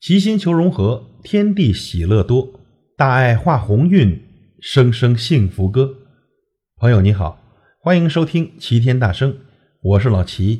齐心求融合，天地喜乐多，大爱化鸿运，声声幸福歌。朋友你好，欢迎收听齐天大圣，我是老齐。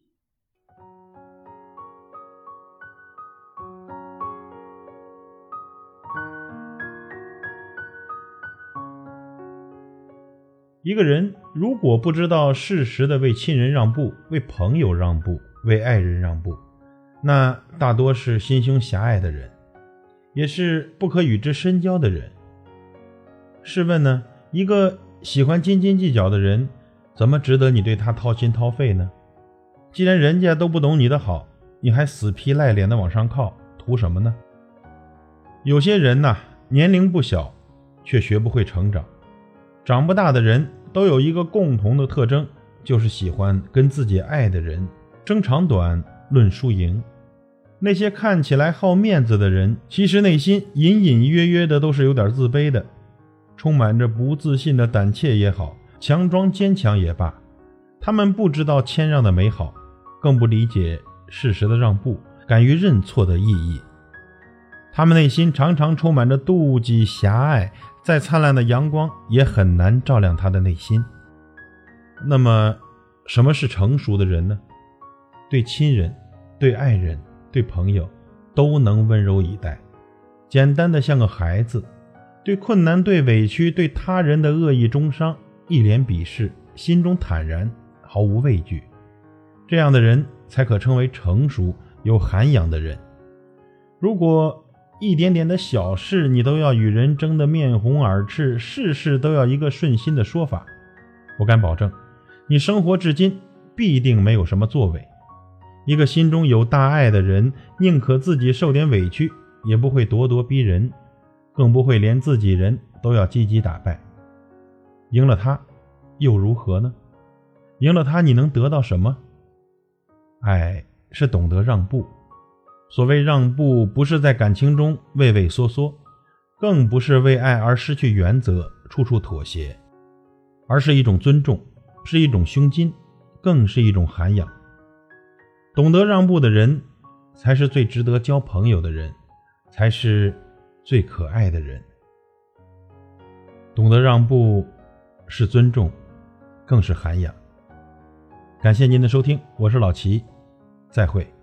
一个人如果不知道适时的为亲人让步，为朋友让步，为爱人让步，那大多是心胸狭隘的人，也是不可与之深交的人。试问呢，一个喜欢斤斤计较的人，怎么值得你对他掏心掏肺呢？既然人家都不懂你的好，你还死皮赖脸的往上靠，图什么呢？有些人呢，年龄不小，却学不会成长。长不大的人都有一个共同的特征，就是喜欢跟自己爱的人争长短，论输赢。那些看起来好面子的人，其实内心隐隐约约的都是有点自卑的，充满着不自信的胆怯也好，强装坚强也罢，他们不知道谦让的美好，更不理解适时的让步，敢于认错的意义。他们内心常常充满着妒忌狭隘，再灿烂的阳光也很难照亮他的内心。那么什么是成熟的人呢？对亲人，对爱人，对朋友都能温柔以待，简单的像个孩子，对困难，对委屈，对他人的恶意中伤一脸鄙视，心中坦然，毫无畏惧。这样的人才可称为成熟有涵养的人。如果一点点的小事你都要与人争得面红耳赤，事事都要一个顺心的说法，我敢保证你生活至今必定没有什么作为。一个心中有大爱的人，宁可自己受点委屈，也不会咄咄逼人，更不会连自己人都要积极打败。赢了他又如何呢？赢了他你能得到什么？爱是懂得让步。所谓让步，不是在感情中畏畏缩缩，更不是为爱而失去原则，处处妥协，而是一种尊重，是一种胸襟，更是一种涵养。懂得让步的人，才是最值得交朋友的人，才是最可爱的人。懂得让步是尊重，更是涵养。感谢您的收听，我是老齐，再会。